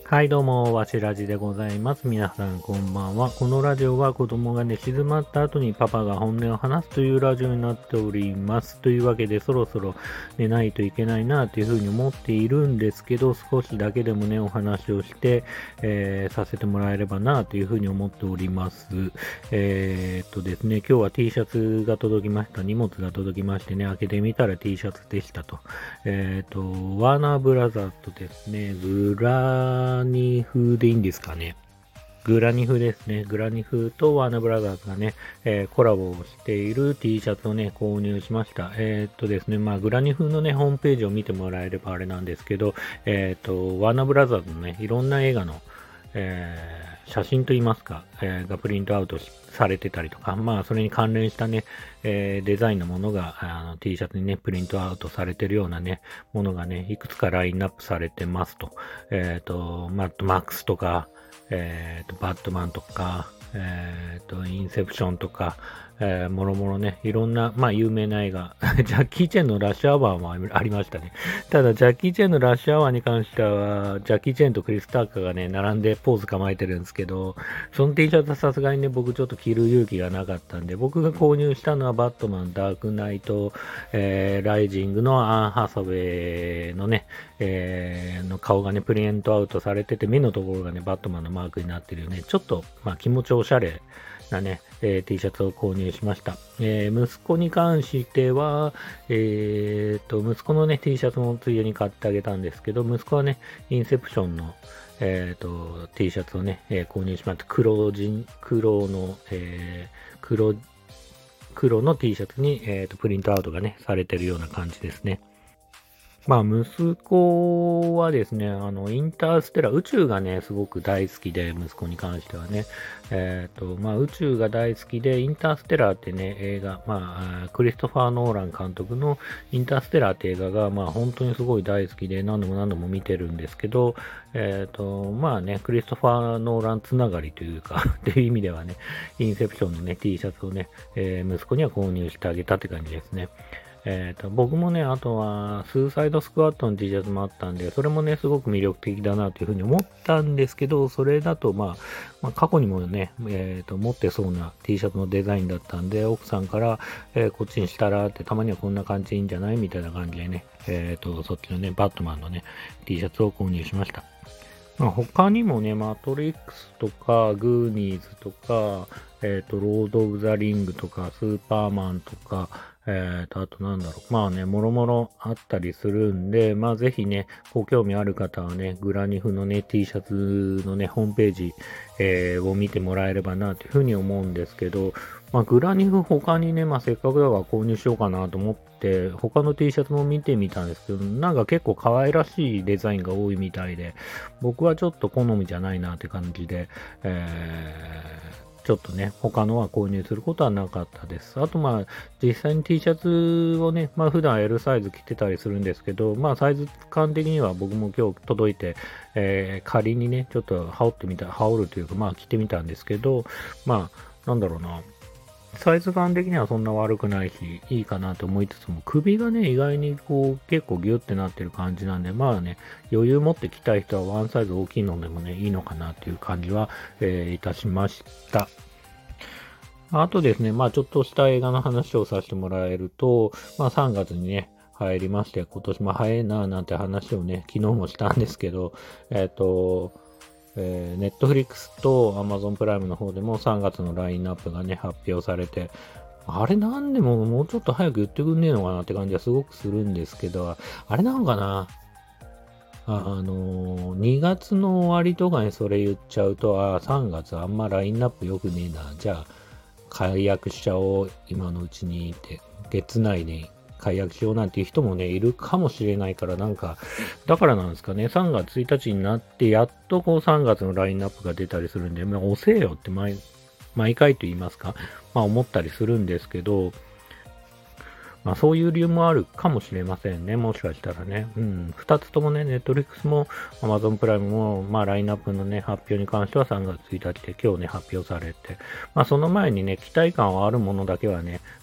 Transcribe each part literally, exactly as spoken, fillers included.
はい、どうも、わしらじでございます。皆さん、こんばんは。このラジオは子供が寝静まった後にパパが本音を話すというラジオになっております。というわけで、そろそろ寝ないといけないなというふうに思っているんですけど、少しだけでもね、お話をして、えー、させてもらえればなというふうに思っております。えー、っとですね、今日は T シャツが届きました。荷物が届きましてね、開けてみたら T シャツでしたと。えー、っと、ワーナーブラザーズとですね、グラニフでいいんですかね。グラニフですね。グラニフとワーナーブラザーズがね、えー、コラボをしている T シャツをね、購入しました。えー、っとですね、まあ、グラニフのね、ホームページを見てもらえればあれなんですけど、えー、っと、ワーナーブラザーズのね、いろんな映画の、えー写真といいますか、えー、がプリントアウトされてたりとか、まあ、それに関連したね、えー、デザインのものがあの T シャツにね、プリントアウトされてるようなね、ものがね、いくつかラインナップされてますと。えっ、ー、と、マッドマックスとか、えっ、ー、と、バットマンとか、えっ、ー、と、インセプションとか、えー、もろもろね、いろんな、まあ、有名な映画、ジャッキー・チェンのラッシュアワーもありましたね。ただ、ジャッキー・チェンのラッシュアワーに関しては、ジャッキー・チェンとクリス・ターカーがね、並んでポーズ構えてるんですけど、その T シャツはさすがにね、僕ちょっと着る勇気がなかったんで、僕が購入したのはバットマン、ダークナイト、えー、ライジングのアン・ハサウェイのね、えー、の顔がね、プリントアウトされてて、目のところがね、バットマンのマークになってるよね。ちょっと、まあ、気持ちおしゃれなね、えー、T シャツを購入しました。えー、息子に関しては、えー、と、息子のね、T シャツもついでに買ってあげたんですけど、息子はね、インセプションの、えー、と、T シャツをね、えー、購入しました。黒人、黒の、えー、黒、黒の T シャツに、えー、と、プリントアウトがね、されてるような感じですね。まあ、息子はですね、あの、インターステラー、宇宙がね、すごく大好きで、息子に関してはね、えっ、ー、と、まあ、宇宙が大好きで、インターステラーってね、映画、まあ、クリストファー・ノーラン監督のインターステラーって映画が、まあ、本当にすごい大好きで、何度も何度も見てるんですけど、えっ、ー、と、まあね、クリストファー・ノーランつながりというか、っていう意味ではね、インセプションのね、T シャツをね、えー、息子には購入してあげたって感じですね。えーと、僕もね、あとは、スーサイドスクワットの T シャツもあったんで、それもね、すごく魅力的だなというふうに思ったんですけど、それだと、まあ、まあ、過去にもね、えーと、持ってそうな T シャツのデザインだったんで、奥さんから、えー、こっちにしたらって、たまにはこんな感じでいいんじゃないみたいな感じでね、えーと、そっちのね、バットマンのね、T シャツを購入しました。まあ、他にもね、マトリックスとか、グーニーズとか、えっ、ー、と、ロード・オブ・ザ・リングとか、スーパーマンとか、えっ、ー、と、あとなんだろう。まあね、もろもろあったりするんで、まあぜひね、ご興味ある方はね、グラニフのね、T シャツのね、ホームページ、えー、を見てもらえればな、というふうに思うんですけど、まあ、グラニフ他にね、まあ、せっかくだから購入しようかなと思って、他の T シャツも見てみたんですけど、なんか結構可愛らしいデザインが多いみたいで、僕はちょっと好みじゃないなって感じで、えー、ちょっとね、他のは購入することはなかったです。あとまあ、実際に T シャツをね、まあ普段 L サイズ着てたりするんですけど、まあサイズ感的には僕も今日届いて、えー、仮にね、ちょっと羽織ってみた、羽織るというか、まあ着てみたんですけど、まあ、なんだろうな、サイズ感的にはそんな悪くないし、いいかなと思いつつも、首がね、意外にこう、結構ギュってなってる感じなんで、まあね、余裕持って着たい人はワンサイズ大きいのでもね、いいのかなっていう感じは、えー、いたしました。あとですね、まあちょっとした映画の話をさせてもらえると、まあさんがつにね、入りまして、今年も早いななんて話をね、昨日もしたんですけど、えっ、ー、と、えー、Netflix と Amazon プライムの方でもさんがつのラインナップがね、発表されて、あれなんでももうちょっと早く言ってくんねえのかなって感じはすごくするんですけど、あれなのかなあ、あのー、にがつの終わりとかにそれ言っちゃうと、あ、さんがつあんまラインナップ良くねえな。じゃあ、解約しちゃおう、今のうちにって、月内に解約しようなんていう人もね、いるかもしれないから、なんか、だからなんですかね、さんがつついたちになって、やっとこうさんがつのラインナップが出たりするんで、まあ、遅えよって毎、毎回と言いますか、まあ思ったりするんですけど、まあそういう理由もあるかもしれませんね。もしかしたらね。うん。二つともね、ネットフリックスも Amazon プライムも、まあラインナップのね、発表に関してはさんがつついたちで今日ね、発表されて、まあその前にね、期待感はあるものだけはね、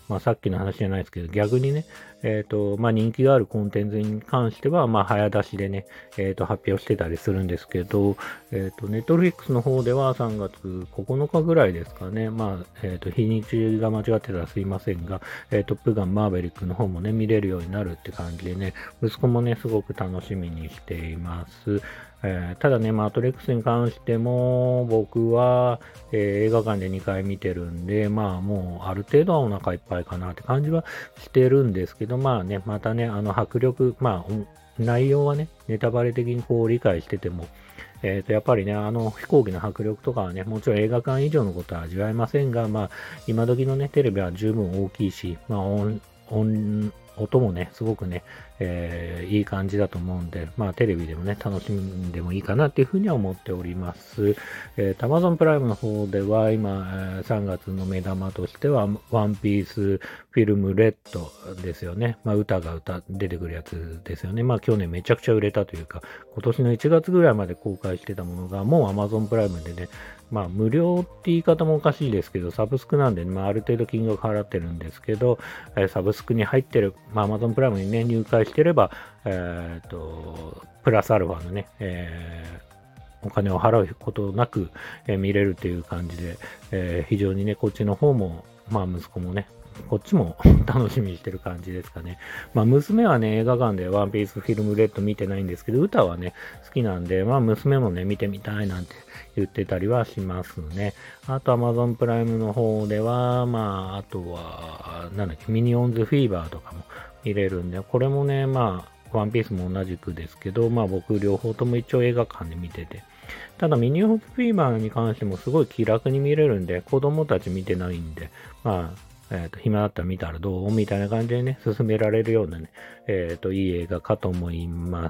まあ、さっきの話じゃないですけど、逆にね、えっ、と、まあ、人気があるコンテンツに関しては、まあ、早出しでね、えっ、と、発表してたりするんですけど、えっ、と、ネットフリックスの方ではさんがつここのかぐらいですかね、まあ、えっ、と、日にちが間違ってたらすいませんが、えー、トップガンマーヴェリックの方もね、見れるようになるって感じでね、息子もね、すごく楽しみにしています。えー、ただね、マトリックスに関しても、僕は、えー映画館でにかい見てるんで、まあもうある程度はお腹いっぱいかなって感じはしてるんですけど、まあね、またね、あの迫力、まあお内容はね、ネタバレ的にこう理解してても、えっと、やっぱりね、あの飛行機の迫力とかはね、もちろん映画館以上のことは味わえませんが、まあ今時のね、テレビは十分大きいし、まあ音、音、音もね、すごくね、えーいい感じだと思うんで、まあテレビでもね、楽しんでもいいかなっていうふうには思っております。えー、Amazon プライムの方では今、えーさんがつの目玉としては、ワンピースフィルムレッドですよね。まあ歌が歌出てくるやつですよね。まあ去年めちゃくちゃ売れたというか、今年のいちがつぐらいまで公開してたものが、もう Amazon プライムでね、まあ無料って言い方もおかしいですけど、サブスクなんで、まあある程度金額払ってるんですけど、えーサブスクに入ってる、まあ Amazon プライムにね、入会してれば、えっと、プラスアルファのね、えーお金を払うことなく、えー見れるっていう感じで、えー非常にね、こっちの方も、まあ息子もね、こっちも楽しみにしてる感じですかね。まあ娘はね、映画館でワンピースフィルムレッド見てないんですけど、歌はね、好きなんで、まあ娘もね、見てみたいなんて言ってたりはしますね。あと Amazon プライムの方では、まあ、あとは、なんだっけ、ミニオンズフィーバーとかも見れるんで、これもね、まあ、ワンピースも同じくですけど、まあ僕両方とも一応映画館で見てて、ただミニオンズフィーバーに関してもすごい気楽に見れるんで、子供たち見てないんで、まあ、えっ、と、暇だったら見たらどうみたいな感じでね、進められるようなね、えっ、と、いい映画かと思います。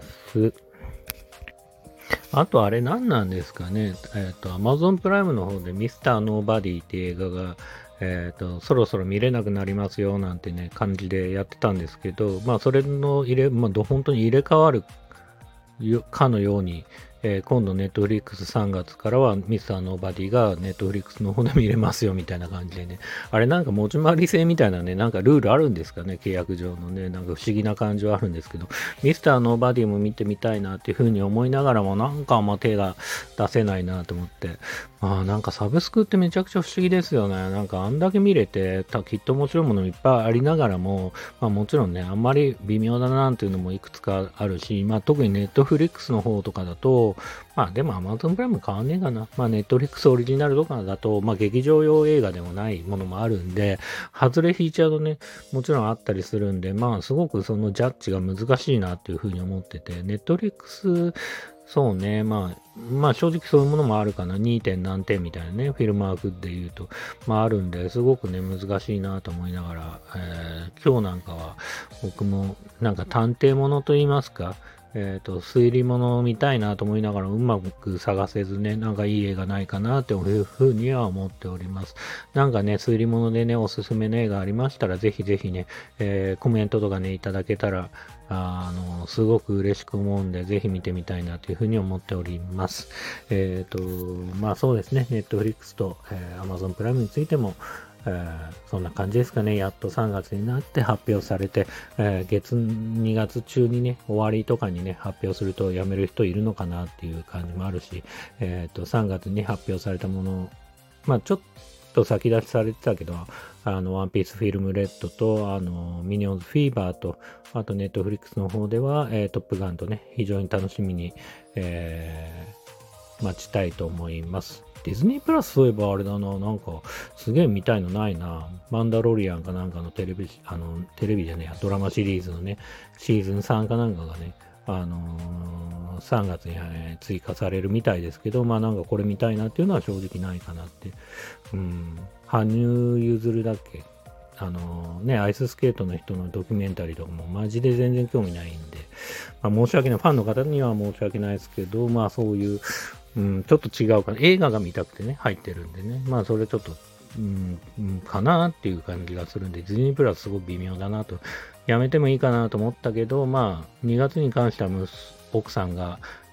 あとあれ何なんですかね。えっ、と、Amazon プライムの方でミスターノーバディっていう映画が、えっ、と、そろそろ見れなくなりますよなんてね、感じでやってたんですけど、まあ、それの入れ、まあ、ど本当に入れ替わるよかのように、えー今度ネットフリックスさんがつからはミスターノーバディがネットフリックスの方で見れますよみたいな感じでね。あれなんか持ち回り制みたいなね、なんかルールあるんですかね、契約上のね、なんか不思議な感じはあるんですけど、ミスターノーバディも見てみたいなっていうふうに思いながらも、なんかあんま手が出せないなと思って、まあなんかサブスクってめちゃくちゃ不思議ですよね。なんかあんだけ見れて、たきっと面白いものいっぱいありながらも、まあもちろんね、あんまり微妙だなっていうのもいくつかあるし、まあ特にネットフリックスの方とかだと、まあでも Amazon プライム変わんねえかな。まあ Netflix オリジナルとかだと、まあ劇場用映画でもないものもあるんで、外れ引いちゃうとね、もちろんあったりするんで、まあすごくそのジャッジが難しいなっていうふうに思ってて、Netflix、そうね、まあ、まあ正直そういうものもあるかな。に. 点何点みたいなね、フィルマークで言うと、まああるんで、すごくね、難しいなと思いながら、えー今日なんかは僕もなんか探偵ものと言いますか、えっ、と、推理物を見たいなと思いながらうまく探せずね、なんかいい映画ないかなというふうには思っております。なんかね、推理物でね、おすすめの映画ありましたら、ぜひぜひね、えーコメントとかね、いただけたら、あの、すごく嬉しく思うんで、ぜひ見てみたいなというふうに思っております。えっ、と、まあそうですね、Netflix と、えー Amazon プライムについても、えーそんな感じですかね。やっとさんがつになって発表されて、えー月にがつ中にね、終わりとかにね、発表すると辞める人いるのかなっていう感じもあるし、えっ、と、さんがつに発表されたもの、まあちょっと先出しされてたけど、あの、ワンピースフィルムレッドと、あの、ミニオンズフィーバーと、あとネットフリックスの方では、えートップガンとね、非常に楽しみに、えー待ちたいと思います。ディズニープラスそういえばあれだな、なんかすげえ見たいのないな。マンダロリアンかなんかのテレビ、あの、テレビじゃねえや、ドラマシリーズのね、シーズンさんかなんかがね、あのーさんがつに、えー追加されるみたいですけど、まあなんかこれ見たいなっていうのは正直ないかなって。うん、羽生結弦だっけあのね、アイススケートの人のドキュメンタリーとかもマジで全然興味ないんで、まあ、申し訳ない、ファンの方には申し訳ないですけど、まあそういう、うん、ちょっと違うかな。映画が見たくてね、入ってるんでね。まあそれちょっと、うん、うんかなっていう感じがするんで、ディズニープラスすごく微妙だなと。やめてもいいかなと思ったけど、まあにがつに関してはむす奥さんが、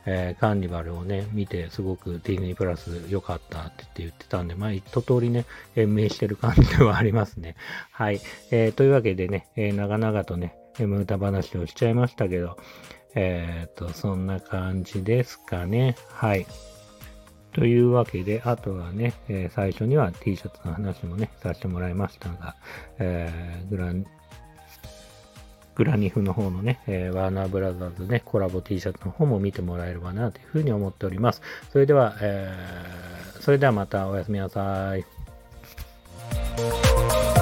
えー、カーニバルをね、見て、すごくディズニープラス良かったって言ってたんで、まあ、一通りね、延命してる感じではありますね。はい。えー、というわけでね、えー、長々とね、ムータ話をしちゃいましたけど、えっと、そんな感じですかね。はい。というわけで、あとはね、えー、最初には T シャツの話もね、させてもらいましたが、えー、グラン、グラニフの方のね、えー、ワーナーブラザーズね、コラボ T シャツの方も見てもらえればなというふうに思っております。それでは、えー、それではまたおやすみなさい。